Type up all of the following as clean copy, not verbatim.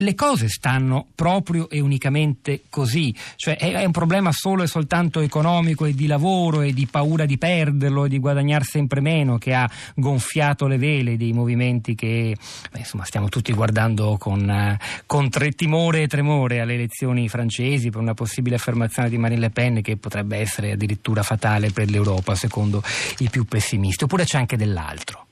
le cose stanno proprio e unicamente così, cioè è un problema solo e soltanto economico e di lavoro e di paura di perderlo e di guadagnar sempre meno che ha gonfiato le vele dei movimenti che insomma stiamo tutti guardando con timore e tremore alle elezioni francesi per una possibile affermazione di Marine Le Pen che potrebbe essere addirittura fatale per l'Europa secondo i più pessimisti, oppure c'è anche dell'altro?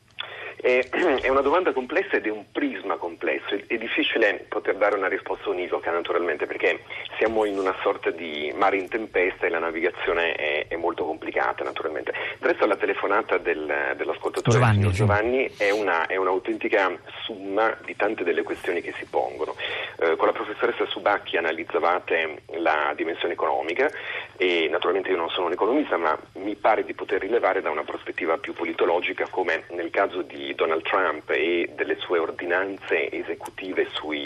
È una domanda complessa ed è un prisma complesso. È difficile poter dare una risposta univoca, naturalmente, perché siamo in una sorta di mare in tempesta e la navigazione è molto complicata, naturalmente. Del resto la telefonata dell'ascoltatore signor Giovanni è un'autentica summa di tante delle questioni che si pongono. Con la professoressa Subacchi analizzavate la dimensione economica e naturalmente io non sono un economista, ma mi pare di poter rilevare da una prospettiva più politologica come nel caso di Donald Trump e delle sue ordinanze esecutive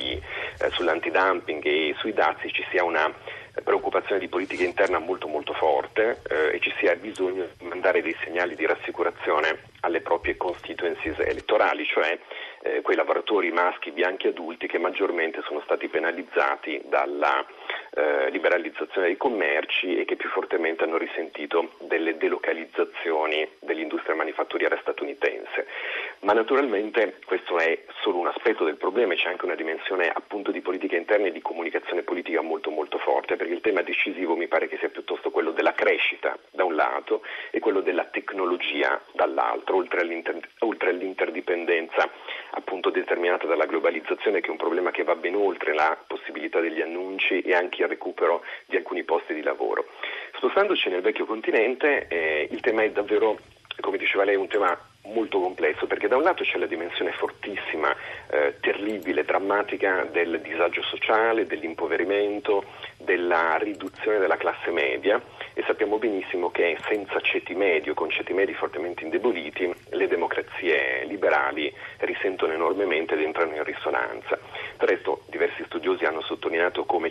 sull'antidumping e sui dazi ci sia una preoccupazione di politica interna molto molto forte e ci sia bisogno di mandare dei segnali di rassicurazione alle proprie constituencies elettorali, cioè quei lavoratori maschi bianchi adulti che maggiormente sono stati penalizzati dalla liberalizzazione dei commerci e che più fortemente hanno risentito delle delocalizzazioni dell'industria manifatturiera statunitense. Ma naturalmente questo è solo un aspetto del problema e c'è anche una dimensione appunto di politica interna e di comunicazione politica molto molto forte, perché il tema decisivo mi pare che sia piuttosto quello della crescita da un lato e quello della tecnologia dall'altro, oltre all'interdipendenza appunto determinata dalla globalizzazione, che è un problema che va ben oltre la possibilità degli annunci e anche il recupero di alcuni posti di lavoro. Spostandoci nel vecchio continente, il tema è davvero, come diceva lei, un tema molto complesso, perché da un lato c'è la dimensione fortissima, terribile, drammatica del disagio sociale, dell'impoverimento, della riduzione della classe media, e sappiamo benissimo che senza ceti medio, con ceti medi fortemente indeboliti, le democrazie liberali risentono enormemente ed entrano in risonanza. Del resto diversi studiosi hanno sottolineato come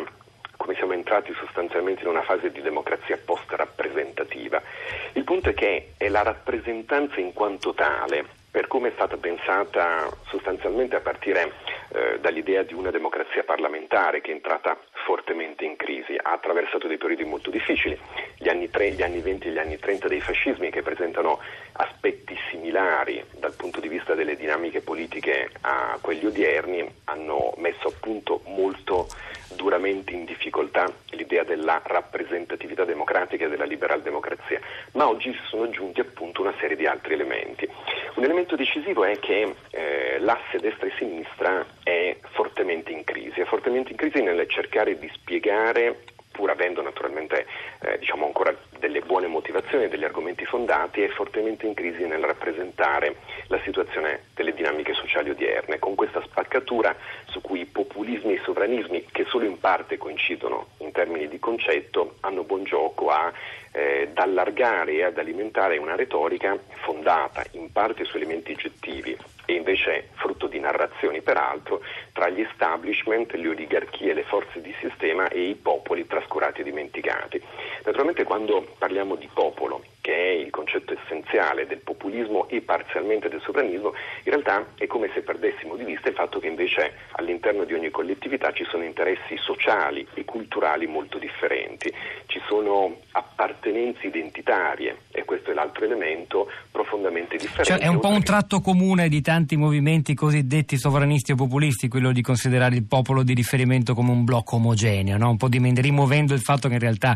siamo entrati sostanzialmente in una fase di democrazia post-rappresentativa. Il punto è che è la rappresentanza in quanto tale, per come è stata pensata sostanzialmente a partire dall'idea di una democrazia parlamentare che è entrata fortemente in crisi, ha attraversato dei periodi molto difficili, gli anni 20 e gli anni 30 dei fascismi, che presentano aspetti similari dal punto di vista delle dinamiche politiche a quelli odierni, hanno messo a punto molto duramente in difficoltà l'idea della rappresentatività democratica e della liberal democrazia, ma oggi si sono aggiunti appunto una serie di altri elementi. Un elemento decisivo è che l'asse destra e sinistra è fortemente in crisi nel cercare di spiegare, pur avendo naturalmente ancora delle buone motivazioni e degli argomenti fondati, è fortemente in crisi nel rappresentare la situazione delle dinamiche sociali odierne, con questa spaccatura su cui i populismi e i sovranismi, che solo in parte coincidono in termini di concetto, hanno buon gioco ad allargare e ad alimentare una retorica fondata in parte su elementi oggettivi e invece frutto di narrazioni peraltro tra gli establishment, le oligarchie, le forze di sistema e i popoli trascurati e dimenticati. Naturalmente quando parliamo di popolo, che è il concetto essenziale del populismo e parzialmente del sovranismo, in realtà è come se perdessimo di vista il fatto che invece all'interno di ogni collettività ci sono interessi sociali e culturali molto differenti, ci sono appartenenze identitarie e questo è l'altro elemento profondamente differente. Cioè è un po' un tratto comune di tanti movimenti cosiddetti sovranisti o populisti, quello di considerare il popolo di riferimento come un blocco omogeneo, no? Un po' rimuovendo il fatto che in realtà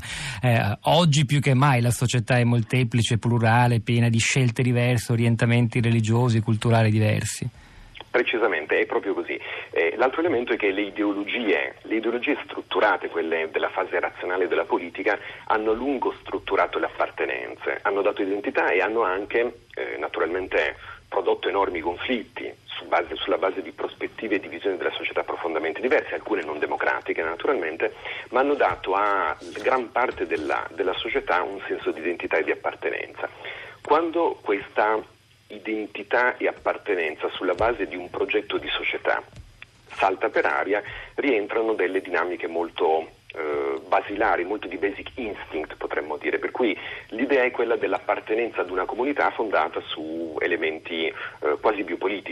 oggi più che mai la società è molteplice, plurale, piena di scelte diverse, orientamenti religiosi, culturali diversi. Precisamente, è proprio così. L'altro elemento è che le ideologie strutturate, quelle della fase razionale della politica, hanno a lungo strutturato le appartenenze, hanno dato identità e hanno anche naturalmente prodotto enormi conflitti sulla base di prospettive e di visioni della società profondamente diverse, alcune non democratiche naturalmente, ma hanno dato a gran parte della società un senso di identità e di appartenenza. Quando questa identità e appartenenza sulla base di un progetto di società salta per aria, rientrano delle dinamiche molto basilari, molto di basic instinct potremmo dire, per cui l'idea è quella dell'appartenenza ad una comunità fondata su elementi quasi biopolitici,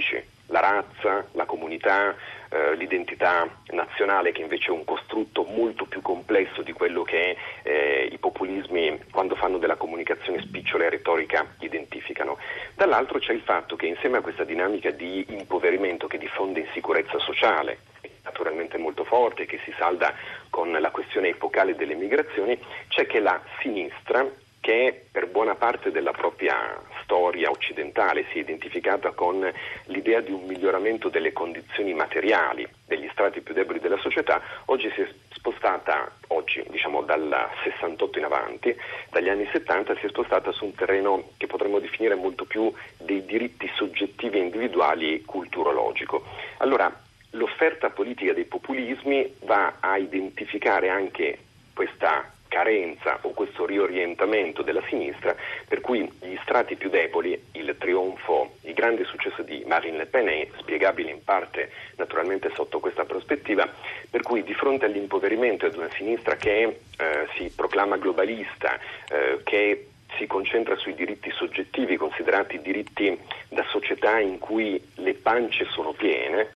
la razza, la comunità, l'identità nazionale, che invece è un costrutto molto più complesso di quello che i populismi, quando fanno della comunicazione spicciola e retorica, identificano. Dall'altro c'è il fatto che insieme a questa dinamica di impoverimento che diffonde insicurezza sociale, naturalmente molto forte, che si salda con la questione epocale delle migrazioni, c'è che la sinistra, che per buona parte della propria storia occidentale si è identificata con l'idea di un miglioramento delle condizioni materiali degli strati più deboli della società, oggi si è spostata, dal 68 in avanti, dagli anni 70 si è spostata su un terreno che potremmo definire molto più dei diritti soggettivi e individuali culturologico. Allora, l'offerta politica dei populismi va a identificare anche questa carenza o questo riorientamento della sinistra, per cui gli strati più deboli, il grande successo di Marine Le Pen è spiegabile in parte naturalmente sotto questa prospettiva, per cui di fronte all'impoverimento ad una sinistra che si proclama globalista, che si concentra sui diritti soggettivi, considerati diritti da società in cui le pance sono piene,